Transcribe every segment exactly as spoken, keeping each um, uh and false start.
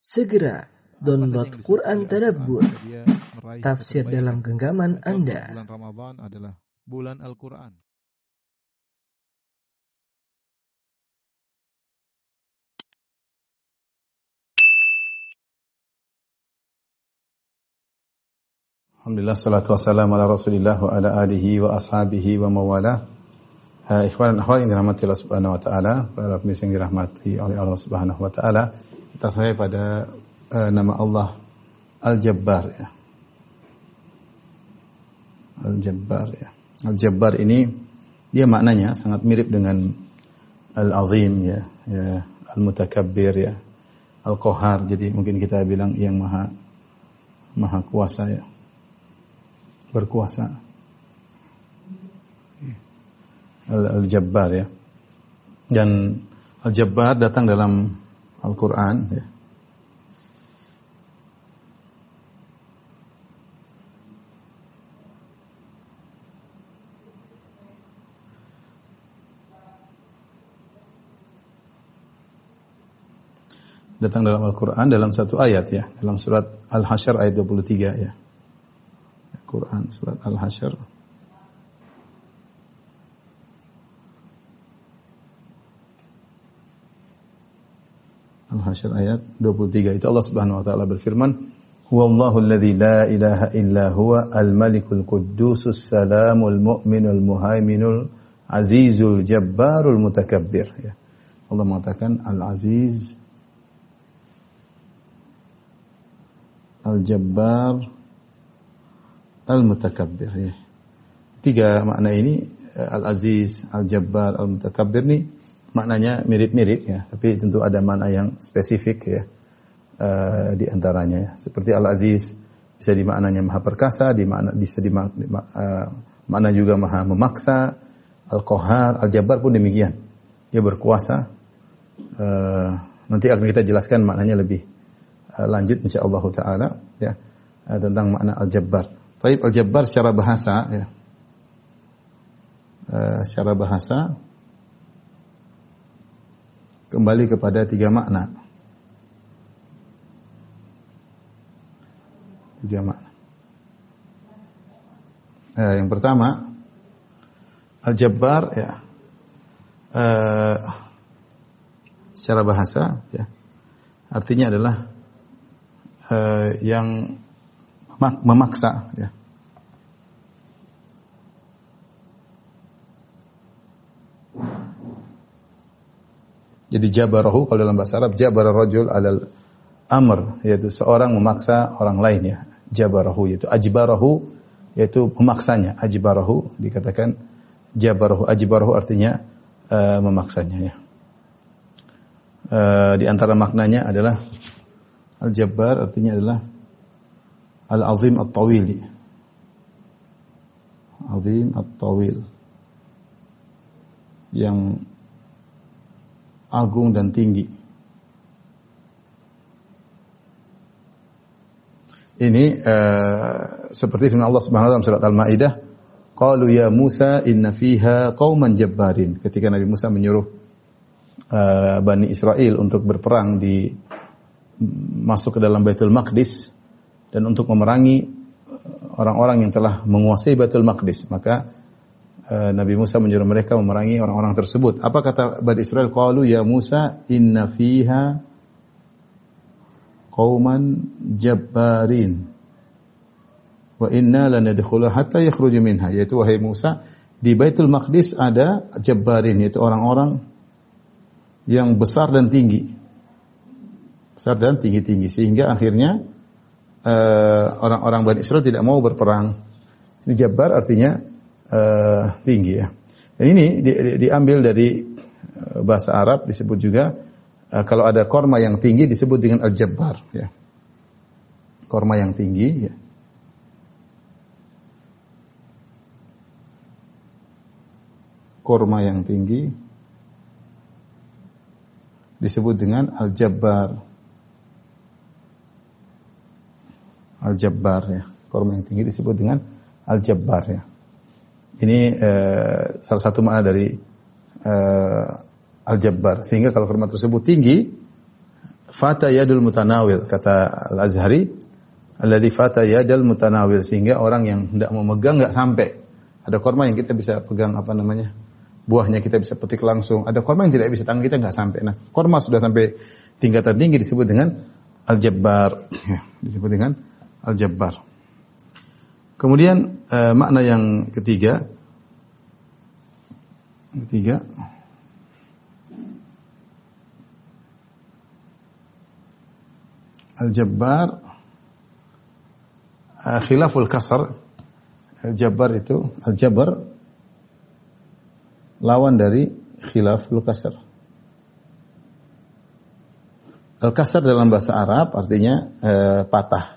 Segera download Quran Tadabbur, tafsir dalam genggaman Anda. Bulan Ramadan adalah bulan Al-Quran. Alhamdulillah, salatu wassalamu ala rasulillah wa ala alihi wa ashabihi wa mawala. uh, Ikhwan dan akhwat yang dirahmati Allah subhanahu wa ta'ala, para pemirsa yang dirahmati oleh Allah subhanahu wa ta'ala, kita sampai pada uh, nama Allah Al-Jabbar, ya. Al-Jabbar, ya. Al-Jabbar ini dia maknanya sangat mirip dengan Al-Azim, ya, ya, Al-Mutakabbir, ya, Al-Qahar. Jadi mungkin kita bilang yang maha maha kuasa, ya, berkuasa. Al-Jabbar, ya. Dan Al-Jabbar datang dalam Al-Quran, ya. Datang dalam Al-Quran dalam satu ayat, ya, dalam surat Al-Hasyr ayat dua puluh tiga, ya. Quran surat Al-Hasyr Al-Hasyr ayat dua puluh tiga, itu Allah Subhanahu wa taala berfirman, "Huwallahu alladzi la ilaha illa huwa al-malikul quddusus salamul mu'minul muhaiminul azizul jabbarul mutakabbir." Ya. Allah mengatakan Al-Aziz, Al-Jabbar, Al-Mutakabbir, ya. Tiga makna ini, Al-Aziz, Al-Jabbar, Al-Mutakabbir, ini maknanya mirip-mirip, ya, tapi tentu ada makna yang spesifik, ya, uh, di antaranya, ya. Seperti Al-Aziz bisa dimaknanya maha perkasa, di makna bisa di uh, makna juga maha memaksa. Al-Qahar, Al-Jabbar pun demikian. Dia berkuasa. Uh, nanti akan kita jelaskan maknanya lebih uh, lanjut insyaallah taala, ya, uh, tentang makna Al-Jabbar. Baik, Al-Jabbar secara bahasa, ya. Uh, secara bahasa kembali kepada tiga makna. Tiga makna. Uh, yang pertama, Al-Jabbar, ya, uh, secara bahasa, ya, artinya adalah uh, yang memaksa, ya. Jadi jabarahu, kalau dalam bahasa Arab, jabara rajul alal amr, yaitu seorang memaksa orang lain, ya. Jabarahu, yaitu ajbarahu, yaitu memaksanya. Ajbarahu dikatakan jabarahu, ajbarahu artinya uh, memaksanya, ya. Uh, di antara maknanya adalah Al-Jabbar artinya adalah Al-Azim At-Tawil. Azim At-Tawil, yang agung dan tinggi. Ini uh, seperti firman Allah Subhanahu wa taala surat Al-Maidah, qalu ya Musa inna fiha qauman jabbarin. Ketika Nabi Musa menyuruh uh, Bani Israel untuk berperang di masuk ke dalam Baitul Maqdis dan untuk memerangi orang-orang yang telah menguasai Baitul Maqdis, maka uh, Nabi Musa menyuruh mereka memerangi orang-orang tersebut. Apa kata Bani Israel? Qalu ya Musa inna fiha qauman jabbarin wa inna lanadkhuluha hatta yakhruju minha. Yaitu, wahai Musa, di Baitul Maqdis ada jabbarin, yaitu orang-orang yang besar dan tinggi. Besar dan tinggi-tinggi, sehingga akhirnya Uh, orang-orang Bani Israel tidak mau berperang. Ini Jabbar artinya uh, tinggi, ya. Dan ini di, di, diambil dari uh, bahasa Arab, disebut juga uh, kalau ada korma yang tinggi disebut dengan Al-Jabbar, ya. Korma yang tinggi, ya. Korma yang tinggi disebut dengan Al-Jabbar. Al-Jabbar, ya. Korma yang tinggi disebut dengan Al-Jabbar, ya. Ini uh, salah satu makna dari uh, Al-Jabbar. Sehingga kalau korma tersebut tinggi, fata yadul mutanawil, kata Al-Azhari, alladzi fata yadul mutanawil, sehingga orang yang hendak memegang enggak sampai. Ada korma yang kita bisa pegang apa namanya? Buahnya kita bisa petik langsung. Ada korma yang tidak bisa, tangan kita enggak sampai. Nah, korma sudah sampai tingkatan tinggi disebut dengan Al-Jabbar. Ya, disebut dengan Al-Jabbar. Kemudian eh, makna yang ketiga, ketiga Al-Jabbar uh, khilaful kasar. Al-Jabbar itu, Al-Jabbar lawan dari khilaful kasar. Al-kasar dalam bahasa Arab artinya uh, patah.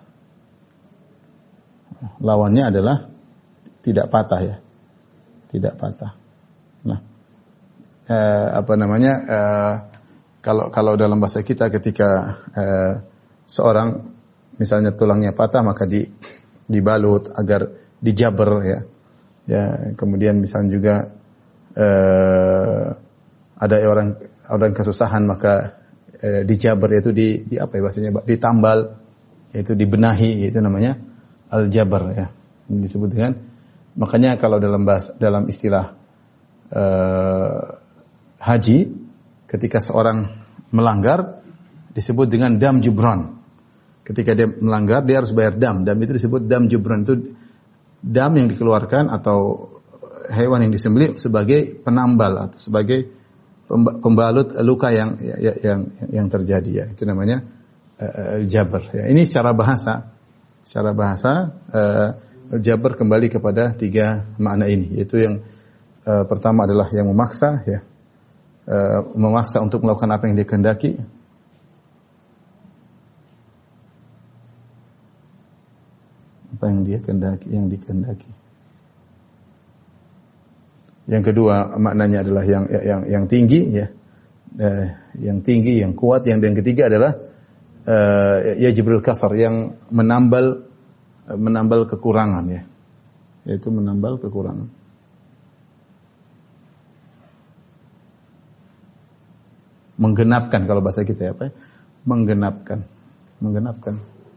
Lawannya adalah tidak patah ya. Tidak patah. Nah, uh, apa namanya? Uh, kalau kalau dalam bahasa kita ketika uh, seorang misalnya tulangnya patah maka di dibalut agar dijaber ya. Ya, kemudian misalnya juga eh, ada orang orang kesusahan maka eh, dijaber, yaitu di, di apa ya bahasanya, ditambal, yaitu dibenahi, itu namanya al-jabar ya. Ini disebut dengan, makanya kalau dalam bahasa, dalam istilah eh, haji, ketika seorang melanggar disebut dengan dam jubran. Ketika dia melanggar, dia harus bayar dam. Dam itu disebut dam jubran. Itu dam yang dikeluarkan atau hewan yang disembelih sebagai penambal atau sebagai pembalut luka yang yang yang terjadi ya. Itu namanya uh, jabar. Ya. Ini secara bahasa, secara bahasa uh, jabar kembali kepada tiga makna ini. Yaitu yang uh, pertama adalah yang memaksa, ya, uh, memaksa untuk melakukan apa yang dia kehendaki. Apa yang dia kehendaki, yang dikehendaki. Yang kedua maknanya adalah yang yang yang tinggi ya. Eh, yang tinggi, yang kuat. Yang yang ketiga adalah eh, ya jibril kasar, yang menambal menambal kekurangan ya. Yaitu menambal kekurangan. Menggenapkan kalau bahasa kita ya, apa? Menggenapkan. Menggenapkan.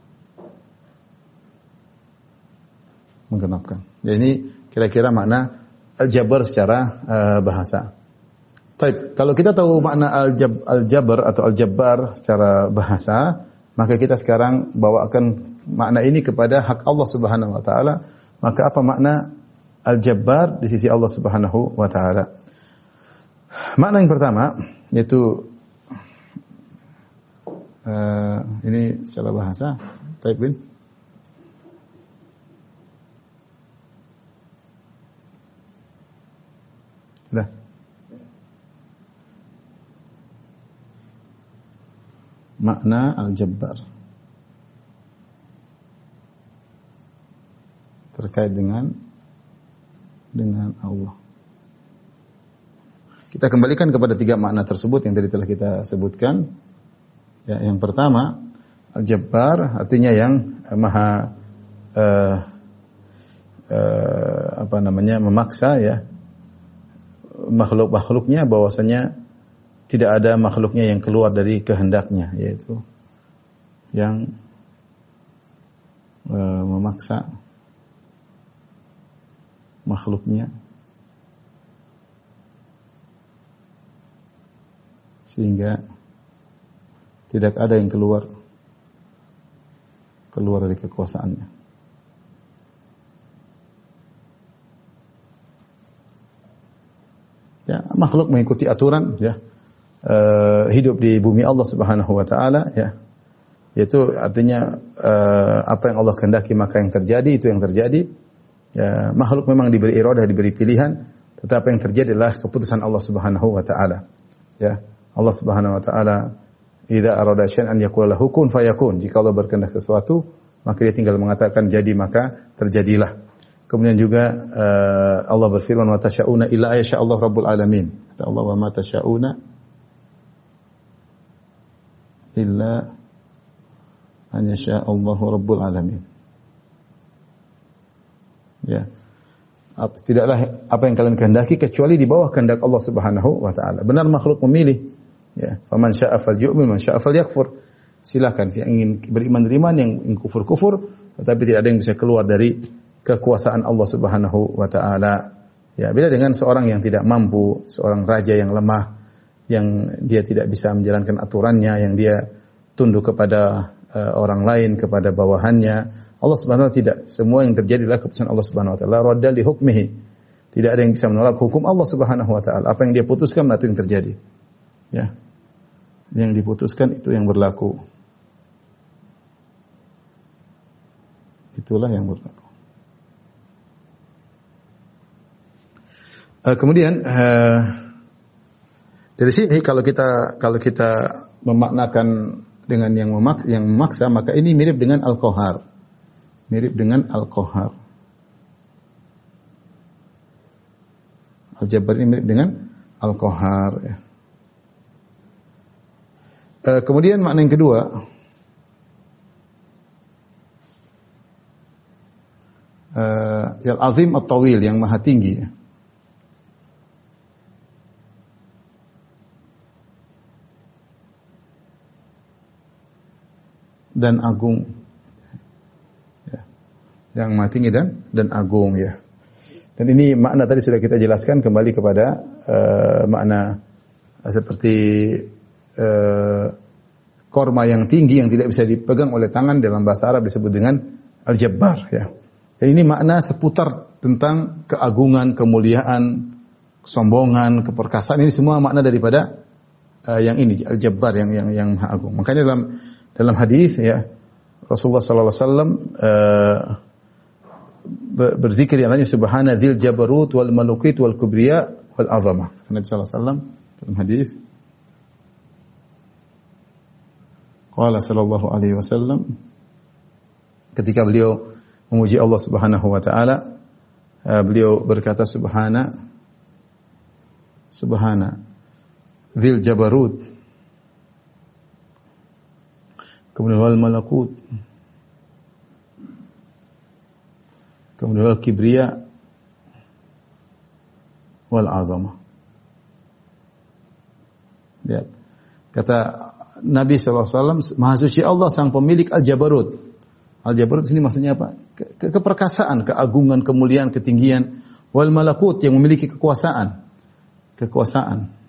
Menggenapkan. Ya, ini kira-kira makna al-jabar secara uh, bahasa. Baik, kalau kita tahu makna al-jab, al-jabar atau al-jabbar secara bahasa, maka kita sekarang bawakan makna ini kepada hak Allah Subhanahu wa taala. Maka apa makna al-jabbar di sisi Allah Subhanahu wa taala? Makna yang pertama yaitu uh, ini secara bahasa. Baik, Bin. Nah. Makna al-jabbar terkait dengan dengan Allah. Kita kembalikan kepada tiga makna tersebut yang tadi telah kita sebutkan. Ya, yang pertama, al-jabbar artinya yang maha uh, uh, apa namanya memaksa ya. Makhluk-makhluknya, bahwasanya tidak ada makhluknya yang keluar dari kehendaknya, yaitu yang e, memaksa makhluknya sehingga tidak ada yang keluar keluar dari kekuasaannya. Ya, makhluk mengikuti aturan ya, uh, hidup di bumi Allah Subhanahu wa taala ya. Yaitu artinya uh, apa yang Allah kehendaki maka yang terjadi, itu yang terjadi. Ya, makhluk memang diberi iradah, diberi pilihan, tetapi yang terjadi adalah keputusan Allah Subhanahu wa taala. Ya, Allah Subhanahu wa taala idza arada syai'an yaqulu lahu kun fayakun. Jika Allah berkehendak sesuatu, maka dia tinggal mengatakan jadi, maka terjadilah. Kemudian juga uh, Allah berfirman wa tasyauna illa ayasha Allah rabbul alamin. Kata Allah wa ma tasyauna illa an yasha Allah rabbul alamin. Ya. Tidaklah apa yang kalian kehendaki kecuali di bawah kehendak Allah Subhanahu wa taala. Benar makhluk memilih, Ya, faman syaa'a falyu'min, man syaa'a falyakfur. Silakan, yang ingin beriman beriman, yang ingin kufur kufur, tetapi tidak ada yang bisa keluar dari kekuasaan Allah Subhanahu wa taala. Ya, beda dengan seorang yang tidak mampu, seorang raja yang lemah, yang dia tidak bisa menjalankan aturannya, yang dia tunduk kepada uh, orang lain, kepada bawahannya. Allah Subhanahu wa taala tidak. Semua yang terjadi adalah keputusan Allah Subhanahu wa taala. Radda li hukmihi. Tidak ada yang bisa menolak hukum Allah Subhanahu wa taala. Apa yang dia putuskan itu yang terjadi. Ya. Yang diputuskan itu yang berlaku. Itulah yang berlaku. Uh, kemudian uh, dari sini kalau kita kalau kita memaknakan dengan yang memaksa, yang memaksa, maka ini mirip dengan al-qahar. Mirip dengan al-qahar. Al-Jabbar ini mirip dengan al-qahar. Ya. Uh, kemudian makna yang kedua, uh, al-azim at-tawil, yang maha tinggi. Ya. Dan agung, ya. Yang maha tinggi dan dan agung, ya. Dan ini makna tadi sudah kita jelaskan, kembali kepada uh, makna uh, seperti uh, korma yang tinggi yang tidak bisa dipegang oleh tangan, dalam bahasa Arab disebut dengan al-Jabbar, ya. Dan ini makna seputar tentang keagungan, kemuliaan, kesombongan, keperkasaan. Ini semua makna daripada uh, yang ini al-Jabbar, yang yang yang maha agung. Makanya dalam Dalam hadis, ya, Rasulullah sallallahu alaihi wasallam uh, berzikir yang lainnya, subhana dzil jabarut wal malukut wal kubriya wal azamah. Nabi sallallahu alaihi wasallam dalam hadis, qala sallallahu alaihi wasallam, ketika beliau memuji Allah Subhanahu wa taala, uh, beliau berkata subhana subhana dzil jabarut, kemudian wal malakut, kemudian wal kibriya wal azamah. Lihat, kata Nabi sallallahu alaihi wasallam, maha suci Allah sang pemilik al-Jabarut. Al-Jabarut sini maksudnya apa? Ke- ke- keperkasaan, keagungan, kemuliaan, ketinggian. Wal malakut, yang memiliki kekuasaan. Kekuasaan.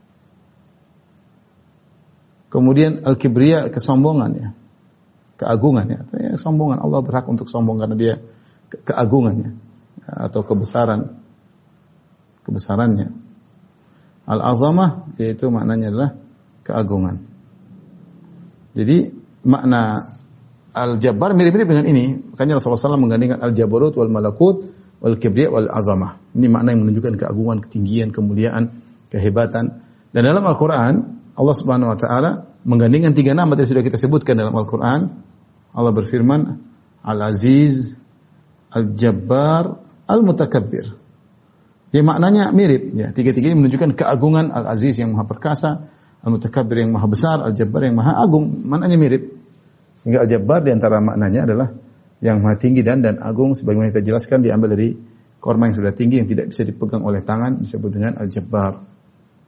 Kemudian al-kibriya, kesombongan, ya. Keagungan, ya. Kesombongan, Allah berhak untuk sombong karena dia ke- keagungannya, ya, atau kebesaran kebesarannya. Al-azamah, yaitu maknanya adalah keagungan. Jadi makna al-Jabbar mirip-mirip dengan ini. Makanya Rasulullah sallallahu alaihi wasallam menggandingkan al-Jabarut wal malakut wal kibriya wal azamah. Ini makna yang menunjukkan keagungan, ketinggian, kemuliaan, kehebatan. Dan dalam Al-Qur'an Allah Subhanahu wa taala menggandingkan tiga nama yang sudah kita sebutkan dalam Al-Qur'an. Allah berfirman, Al-Aziz, Al-Jabbar, Al-Mutakabbir. Ya, maknanya mirip, ya. Tiga-tiga ini menunjukkan keagungan. Al-Aziz yang maha perkasa, Al-Mutakabbir yang maha besar, Al-Jabbar yang maha agung. Maknanya mirip. Sehingga Al-Jabbar di antara maknanya adalah yang maha tinggi dan dan agung, sebagaimana kita jelaskan, diambil dari korma yang sudah tinggi yang tidak bisa dipegang oleh tangan, disebut dengan Al-Jabbar.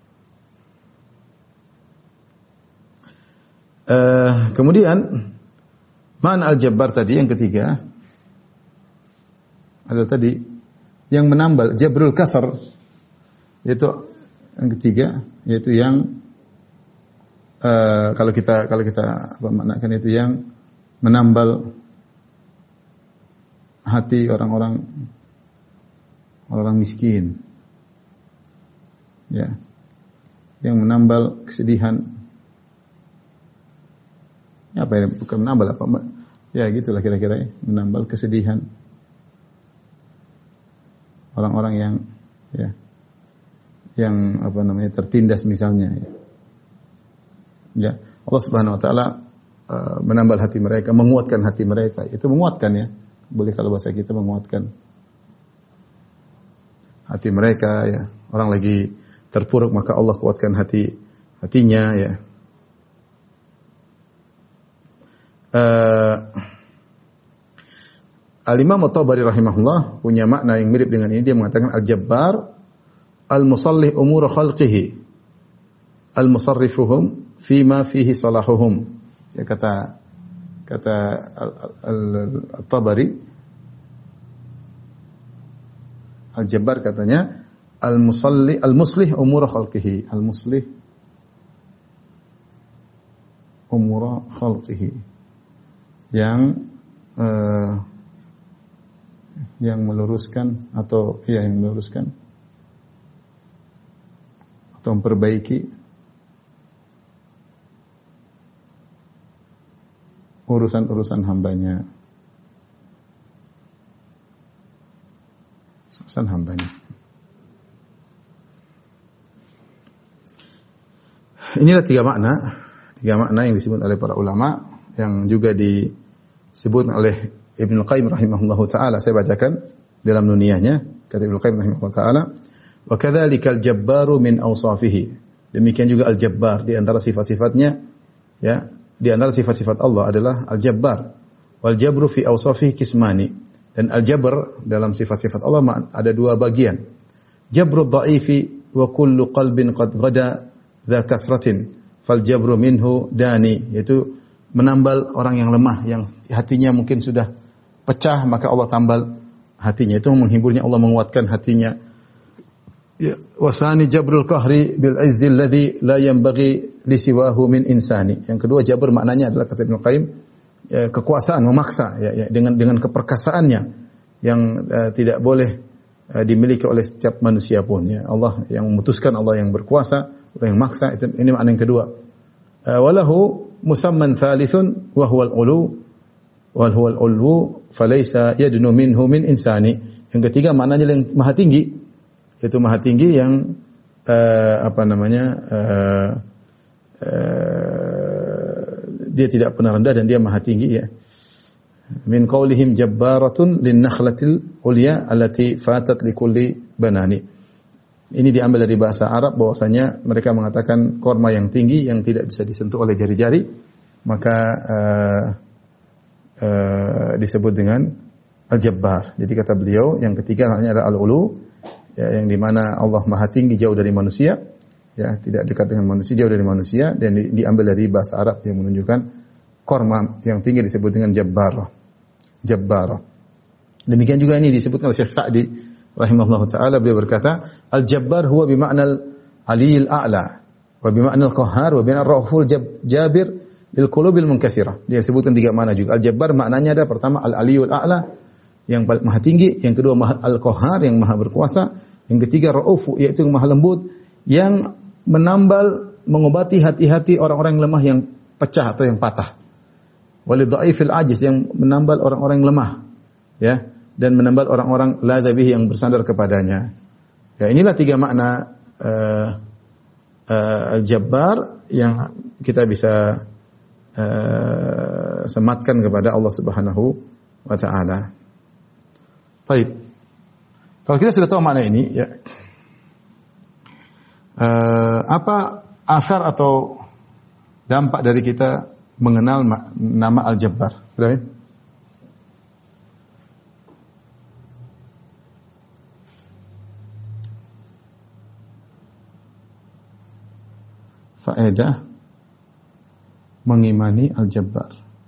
Uh, kemudian makna al-Jabbar tadi yang ketiga adalah tadi yang menambal, Jabrul Kasar, yaitu yang ketiga, yaitu yang uh, kalau kita kalau kita apa maknakan itu yang menambal hati orang-orang orang miskin, ya, yang menambal kesedihan. Ya, apa ya, bukan menambal apa, ya gitulah kira-kira, ya, menambal kesedihan orang-orang yang, ya, yang apa namanya tertindas misalnya, ya. Ya, Allah Subhanahu wa taala uh, menambal hati mereka, menguatkan hati mereka. Itu menguatkan, ya. Boleh kalau bahasa kita menguatkan hati mereka, ya. Orang lagi terpuruk maka Allah kuatkan hati hatinya, ya. Uh, Al-Imam At-Tabari rahimahullah punya makna yang mirip dengan ini. Dia mengatakan al-Jabbar al-musalli umur khalqihi. al-musarrifuhum fima fihi salahuhum. Ya, kata kata Al-Tabari, Al-Jabbar katanya al-musalli al-muslih umur khalqihi, al-muslih umur khalqihi, yang uh, yang meluruskan atau ya yang meluruskan atau memperbaiki urusan-urusan hambanya. Urusan hambanya. Inilah tiga makna, tiga makna yang disebut oleh para ulama, yang juga disebut oleh Ibnu Qayyim rahimahullahu taala. Saya bacakan dalam nuniyahnya, kata Ibnu Qayyim rahimahullahu taala, wa kadzalikal jabbaru min awsafihi. Demikian juga al-jabbar di antara sifat-sifatnya, ya, di antara sifat-sifat Allah adalah al-jabbar. Wal jabru fi awsafihi kismani. Dan al-jabr dalam sifat-sifat Allah ada dua bagian. Jabru dha'ifi wa kullu qalbin qad ghada dza kasratin fal jabru minhu dani, yaitu menambal orang yang lemah, yang hatinya mungkin sudah pecah, maka Allah tambal hatinya. Itu menghiburnya, Allah menguatkan hatinya. Ya, wasani jabrul qahri bil izzi alladhi la yanbaghi li siwahu min insani. Yang kedua, jabr maknanya adalah, kata Ibnu Qayyim, ya, kekuasaan, memaksa, ya, ya, dengan dengan keperkasaannya yang uh, tidak boleh uh, dimiliki oleh setiap manusia pun, ya. Allah yang memutuskan, Allah yang berkuasa, Allah yang maksa. Itu, ini makna yang kedua. Uh, walahu musamman thalithun wa huwa al-ulu wal huwa al-ulu falaysa yadnu minhu min insani. Yang ketiga maknanya yang maha tinggi, yaitu maha tinggi yang uh, apa namanya uh, uh, dia tidak pernah rendah dan dia maha tinggi, ya. Min qaulihim jabbaratun lin nakhlatil ulya allati fatat likulli banani. Ini diambil dari bahasa Arab, bahwasanya mereka mengatakan korma yang tinggi yang tidak bisa disentuh oleh jari-jari, maka uh, uh, disebut dengan al-jabbar. Jadi kata beliau, yang ketiga namanya adalah al-ulu, ya, yang di mana Allah maha tinggi jauh dari manusia, ya, tidak dekat dengan manusia, jauh dari manusia, dan di, diambil dari bahasa Arab yang menunjukkan korma yang tinggi disebut dengan jabbar. Jabbar. Demikian juga ini disebutkan oleh Syekh Sa'di rahimahullahu taala, beliau berkata, al-jabbar huwa bi ma'nal aliyil a'la wa bi ma'nal qahhar wa bi ma'nal rauful jabir lil qulubil munkasirah. Dia sebutkan tiga makna juga. Al-jabbar maknanya ada pertama al-aliyul a'la, yang maha tinggi, yang kedua al-qahhar, yang maha berkuasa, yang ketiga raufu, yaitu yang maha lembut, yang menambal, mengobati hati-hati orang-orang yang lemah, yang pecah atau yang patah. Walidhaifil ajiz, yang menambal orang-orang yang lemah, ya, dan menambal orang-orang ladhabih, yang bersandar kepadanya. Ya, inilah tiga makna uh, uh, al-jabbar yang kita bisa uh, sematkan kepada Allah Subhanahu wa taala. Baik. Kalau kita sudah tahu makna ini, ya, uh, apa asar atau dampak dari kita mengenal nama al-jabbar? Sudah? Faedah mengimani al-jabbar.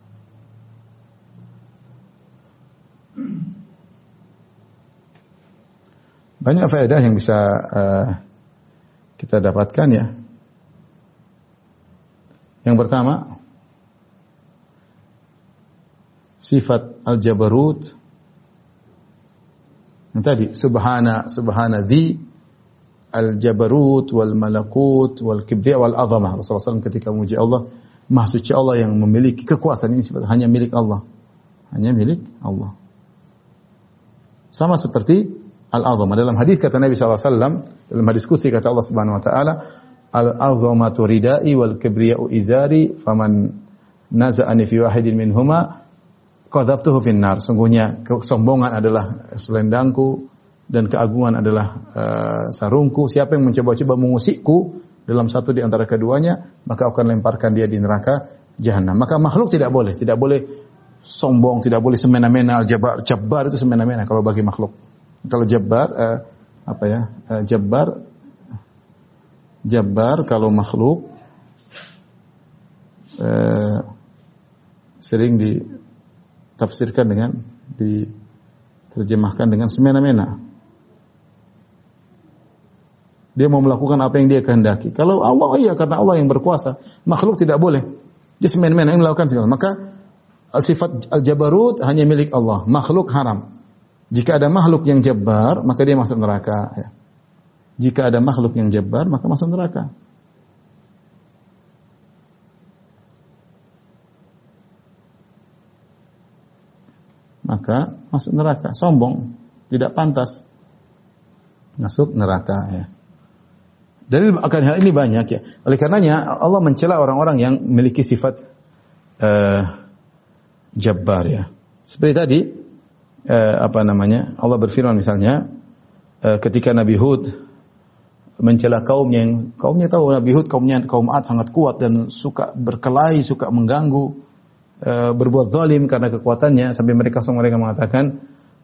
Banyak faedah yang bisa uh, kita dapatkan, ya. Yang pertama, sifat al-jabarut yang tadi, subhana subhana dzi al-jabarut wal malakut wal kibriya wal azamah. Rasulullah shallallahu alaihi wasallam ketika memuji Allah, maha suci Allah yang memiliki kekuasaan, ini sifat hanya milik Allah, hanya milik Allah. Sama seperti al-azamah. Dalam hadis kata Nabi shallallahu alaihi wasallam, dalam hadis qudsi kata Allah Subhanahu wa taala, al-azamatu ridai wal kibriya'u izari faman naza'ani fi wahidin minhuma qadzaftuhu finnar. Sungguhnya kesombongan adalah selendangku dan keagungan adalah uh, sarungku. Siapa yang mencoba-coba mengusikku dalam satu di antara keduanya, maka akan lemparkan dia di neraka jahanam. Maka makhluk tidak boleh, tidak boleh sombong, tidak boleh semena-mena. Al-jabbar, jabbar itu semena-mena kalau bagi makhluk. Kalau jabbar uh, apa ya? Uh, jabbar Jabbar kalau makhluk eh, sering ditafsirkan dengan diterjemahkan dengan semena-mena. Dia mau melakukan apa yang dia kehendaki. Kalau Allah, iya karena Allah yang berkuasa. Makhluk tidak boleh. Dia semena-mena yang melakukan segala. Maka sifat al-jabarut hanya milik Allah. Makhluk haram. Jika ada makhluk yang jabbar, maka dia masuk neraka. Ya. Jika ada makhluk yang jabbar, maka masuk neraka. Maka masuk neraka. Sombong. Tidak pantas. Masuk neraka. Ya. Dalil akan hal ini banyak ya. Oleh karenanya Allah mencela orang-orang yang memiliki sifat uh, jabbar ya. Seperti tadi uh, apa namanya? Allah berfirman misalnya uh, ketika Nabi Hud mencela kaumnya yang kaumnya tahu Nabi Hud kaumnya kaum Ad sangat kuat dan suka berkelahi, suka mengganggu, uh, berbuat zalim karena kekuatannya sampai mereka semua mereka mengatakan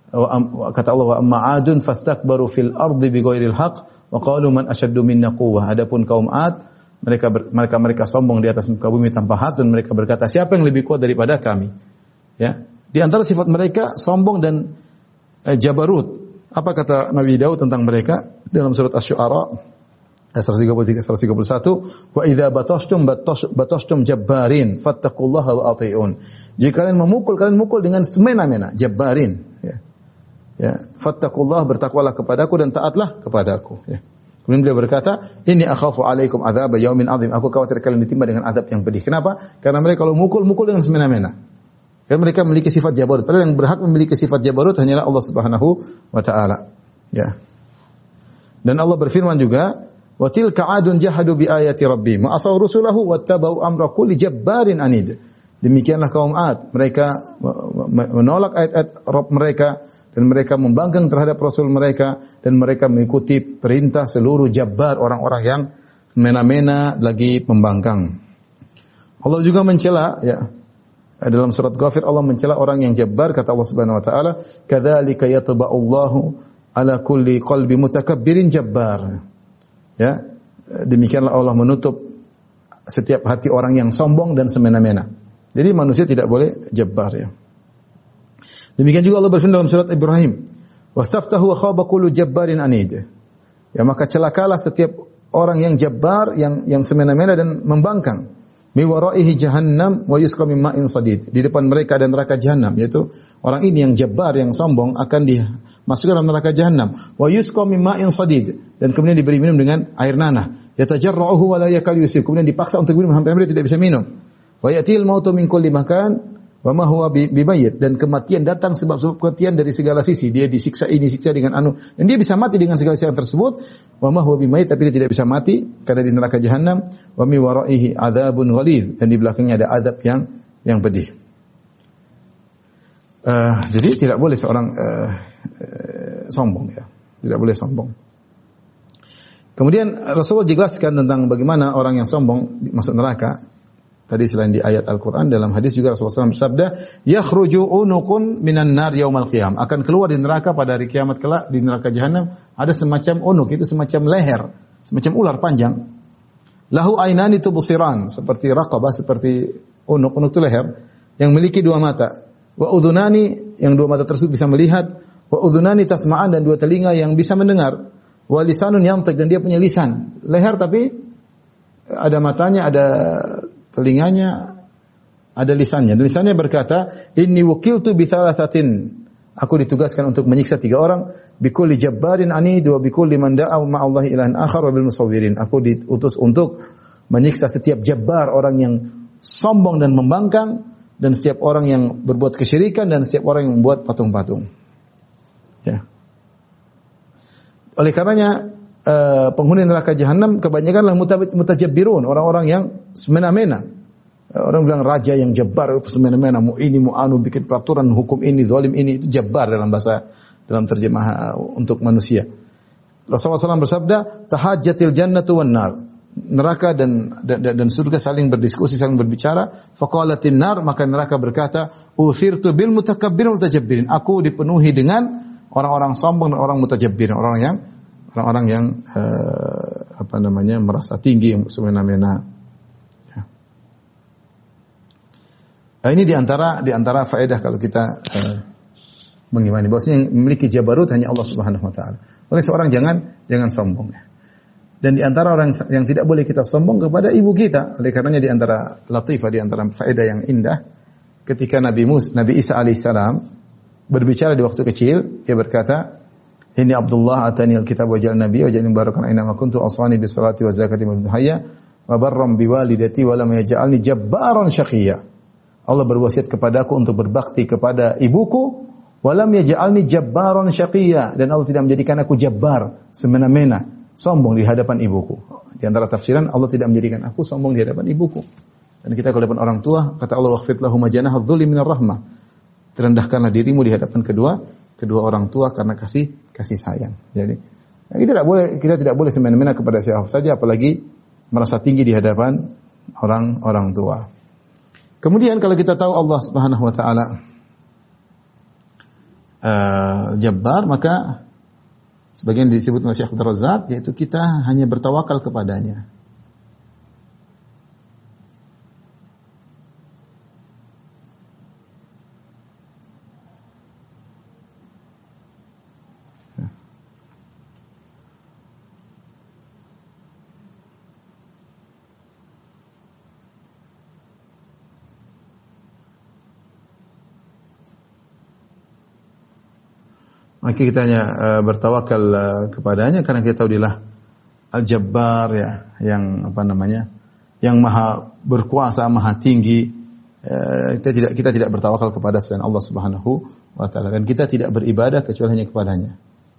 kata Allah wa amma adun fastakbaru fil ardi bighairil haqq wa qalu man ashaddu minna quwwah. Adapun kaum Ad mereka ber, mereka mereka sombong di atas muka bumi tanpa hak dan mereka berkata siapa yang lebih kuat daripada kami. Ya. Di antara sifat mereka sombong dan eh, jabarut. Apa kata Nabi Daud tentang mereka dalam surat Asy-Syu'ara ayat seratus tiga puluh tiga seratus tiga puluh satu wa idza batashtum batashtum jabbarin fattaqullaha wa ati'un. Jika kalian memukul kalian mukul dengan semena-mena jabbarin ya. Ya, fattaqullah bertakwalah kepadaku dan taatlah kepadaku ya. Kemudian beliau berkata, "Inni akhafu 'alaikum adzab yaumin 'adzim." Aku khawatir kalian ditimpa dengan azab yang pedih. Kenapa? Karena mereka kalau mukul-mukul dengan semena-mena. Karena mereka memiliki sifat jabarut. Padahal yang berhak memiliki sifat jabarut hanyalah Allah Subhanahu wa taala. Ya. Dan Allah berfirman juga, "Wa tilka 'adun jahadu bi ayati rabbihim wa asaw rusulahu wattaba'u amra kulli jabbarin anid." Demikianlah kaum Ad, mereka menolak ayat-ayat Rabb mereka dan mereka membangkang terhadap Rasul mereka dan mereka mengikuti perintah seluruh jabbar orang-orang yang mena-mena lagi pembangkang. Allah juga mencela ya dalam surat Ghafir Allah mencela orang yang jabbar kata Allah Subhanahu wa taala kadzalika yatba'ullahu ala kulli qalbi mutakabbirin jabbar. Ya, demikianlah Allah menutup setiap hati orang yang sombong dan semena-mena. Jadi manusia tidak boleh jabbar ya. Demikian juga Allah berfirman dalam surat Ibrahim, "Wastaftahu wa khaba kullu jabbarin anid." Ya maka celakalah setiap orang yang jabbar, yang yang semena-mena dan membangkang. Mi waraihi jahannam wa yusqa min ma'in sadid. Di depan mereka ada neraka jahanam, yaitu orang ini yang jabbar, yang sombong akan dimasukkan dalam neraka jahanam. Wa yusqa min ma'in sadid dan kemudian diberi minum dengan air nanah. Yatajarra'uhu wa la yakal yusib. Kemudian dipaksa untuk minum hampir dia tidak bisa minum. Wa yatil mautu min kulli makan. Wa ma huwa bimayyit dan kematian datang sebab sebab kematian dari segala sisi. Dia disiksa ini, siksa dengan anu dan dia bisa mati dengan segala siksa tersebut. Wa ma huwa bimayyit tapi dia tidak bisa mati karena di neraka jahanam. Wa mi waraihi adzabun ghalidz dan di belakangnya ada azab yang yang pedih. Uh, jadi tidak boleh seorang uh, uh, sombong ya. Tidak boleh sombong. Kemudian Rasulullah jelaskan tentang bagaimana orang yang sombong masuk neraka. Tadi selain di ayat Al-Quran, dalam hadis juga Rasulullah shallallahu alaihi wasallam bersabda, "Yakhruju unukun minan nar yaumal qiyam." Akan keluar di neraka pada hari kiamat kelak, di neraka jahanam, ada semacam unuk, itu semacam leher, semacam ular panjang. Lahu ainani tubsiran, seperti raqabah, seperti unuk, unuk itu leher, yang memiliki dua mata. Wa udhunani, yang dua mata tersebut bisa melihat. Wa udhunani tasma'an, dan dua telinga yang bisa mendengar. Wa lisanun yantiq, dan dia punya lisan. Leher tapi ada matanya, ada telinganya, ada lisannya. Dan lisannya berkata, "Inni wukiltu bi thalathatin." Aku ditugaskan untuk menyiksa tiga orang, bikulli jabbarin anid wa bikulli man da'a ma'allahi ilahan akhar wa bil musawwirin. Aku diutus untuk menyiksa setiap jabbar, orang yang sombong dan membangkang, dan setiap orang yang berbuat kesyirikan, dan setiap orang yang membuat patung-patung. Ya. Oleh karenanya Uh, penghuni neraka jahanam kebanyakanlah mutajabbirun, orang-orang yang semena-mena. Uh, orang bilang raja yang jabbar itu semena-mena, mau ini mau anu bikin peraturan hukum ini, zalim ini, itu jabbar dalam bahasa dalam terjemah uh, untuk manusia. Rasulullah shallallahu alaihi wasallam bersabda, "Tahajjatil jannatu wan nar." Neraka dan, dan dan surga saling berdiskusi, saling berbicara. Faqalatin nar, maka neraka berkata, "Uthirtu bil mutakabbirin mutajabbirin." Aku dipenuhi dengan orang-orang sombong dan orang mutajabbirin, orang yang orang-orang yang uh, apa namanya merasa tinggi, semena-mena. Ya. Nah, ini diantara diantara faedah kalau kita uh, mengimani bahwasanya yang memiliki jabarut hanya Allah Subhanahu Wa Taala. Oleh seorang jangan jangan sombong. Ya. Dan di antara orang yang tidak boleh kita sombong kepada ibu kita. Oleh karenanya di antara latifah, di antara faedah yang indah, ketika Nabi Musa, Nabi Isa alaihissalam berbicara di waktu kecil, dia berkata, "Ini Abdullah atani al-kitab wa ja'alna nabiyyan wa ja'alni mubarakan aina ma kuntu awsani bis salati wa zakati wa hayya wa barram bi walidati wa lam yaj'alni jabbaran syaqiyya." Allah berwasiat kepadaku untuk berbakti kepada ibuku, wa lam yaj'alni jabbaran syaqiyya, dan Allah tidak menjadikan aku jabbar, semena-mena, sombong di hadapan ibuku. Di antara tafsiran, Allah tidak menjadikan aku sombong di hadapan ibuku. Dan kita kalau hadapan orang tua, kata Allah, "Wakhfid lahum janaha dzulli minar rahmah." Terendahkanlah dirimu di hadapan kedua kedua orang tua karena kasih kasih sayang. Jadi, kita tidak boleh kita tidak boleh semena-mena kepada siapa saja, apalagi merasa tinggi di hadapan orang orang tua. Kemudian kalau kita tahu Allah Subhanahu wa taala uh, Jabbar, maka sebagian disebut oleh Syekh Abdul Razak, yaitu kita hanya bertawakal kepadanya. Maka kita hanya uh, bertawakal uh, kepadanya karena kita tahu dialah Al-Jabbar, ya, yang apa namanya, yang maha berkuasa, maha tinggi. Uh, kita tidak kita tidak bertawakal kepada selain Allah Subhanahu wa taala, dan kita tidak beribadah kecuali hanya kepadanya.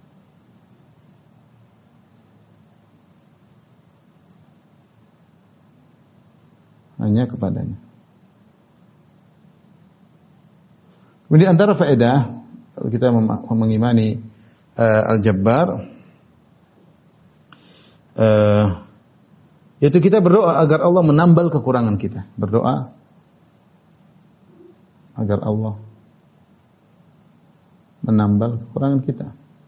Hanya kepadanya. Kemudian antara faedah kalau kita mengimani uh, Al-Jabbar, uh, yaitu kita berdoa agar Allah menambal kekurangan kita. Berdoa agar Allah menambal kekurangan kita.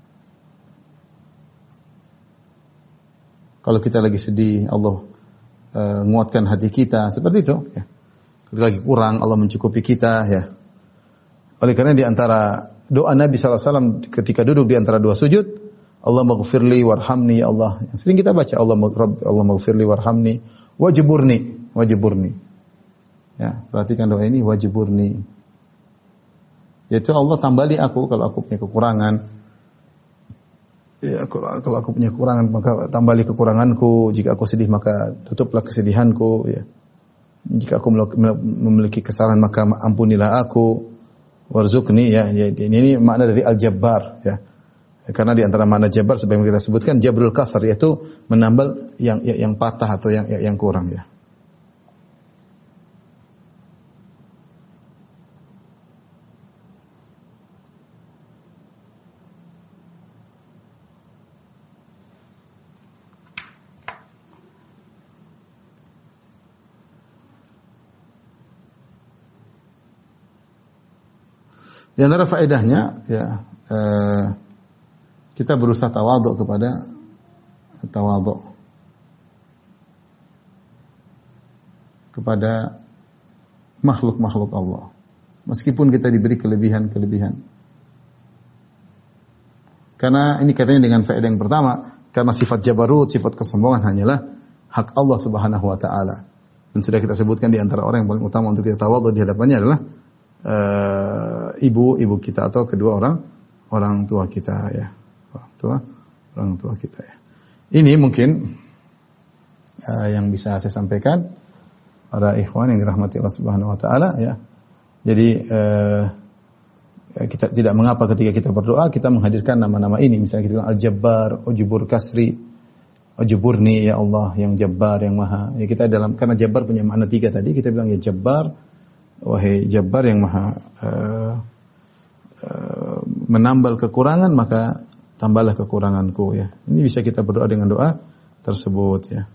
Kalau kita lagi sedih, Allah uh, menguatkan hati kita. Seperti itu. Ya. Kalau lagi kurang, Allah mencukupi kita. Ya. Oleh karena di antara doa Nabi sallallahu alaihi wasallam ketika duduk di antara dua sujud, Allah maghfirli warhamni, ya Allah. Yang sering kita baca, Allah Allah maghfirli warhamni wajburni, wajburni. Ya, perhatikan doa ini, wajburni. Yaitu Allah tambali aku kalau aku punya kekurangan. Ya, kalau, kalau aku punya kekurangan maka tambali kekuranganku. Jika aku sedih maka tutuplah kesedihanku. Ya. Jika aku memiliki kesalahan maka ampunilah aku. Warzuqni, ya, ya, ini, ini makna dari Al-Jabbar, ya. Karena di antara makna Jabbar sebagaimana kita sebutkan Jabrul Kasr, yaitu menambal yang yang patah atau yang yang kurang, ya. Di antara faedahnya, ya, eh, kita berusaha tawadhu kepada tawadhu kepada makhluk-makhluk Allah, meskipun kita diberi kelebihan-kelebihan. Karena ini katanya dengan faedah yang pertama, karena sifat jabarut, sifat kesombongan hanyalah hak Allah Subhanahu wa taala. Dan sudah kita sebutkan di antara orang yang paling utama untuk kita tawadhu di hadapannya adalah Uh, ibu ibu kita atau kedua orang orang tua kita, ya, orang tua orang tua kita, ya. Ini mungkin uh, yang bisa saya sampaikan para ikhwan yang dirahmati Allah Subhanahu wa taala, ya. Jadi uh, kita tidak mengapa ketika kita berdoa kita menghadirkan nama-nama ini, misalnya kita bilang Al-Jabbar, Ujubur Kasri, Ujuburni, ya Allah yang Jabbar, yang Maha. Ya, kita dalam karena Jabbar punya makna tiga tadi, kita bilang ya Jabbar, wahai Jabbar yang maha uh, uh, menambal kekurangan, maka tambahlah kekuranganku, ya. Ini bisa kita berdoa dengan doa tersebut, ya.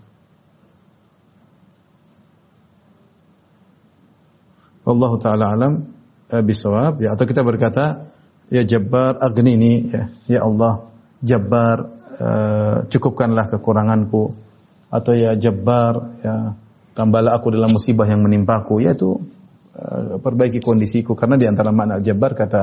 Wallahu taala alam uh, bisawab, ya. Atau kita berkata ya Jabbar aghnini, ya. Ya Allah Jabbar, uh, cukupkanlah kekuranganku. atau ya Jabbar, ya tambahlah aku dalam musibah yang menimpaku, yaitu uh, perbaiki kondisiku. Karena di antara makna Jabbar kata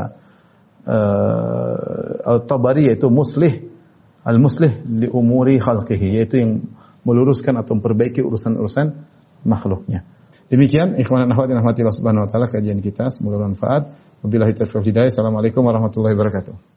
uh, Al-Tabari yaitu muslih, al-muslih li umuri khalqihi, yaitu yang meluruskan atau memperbaiki urusan-urusan makhluknya. Demikian ikhwan dan akhwat yang rahmati Allah Subhanahu wa taala kajian kita, semoga bermanfaat. Wabillahi taufiq wal hidayah. Assalamualaikum warahmatullahi wabarakatuh.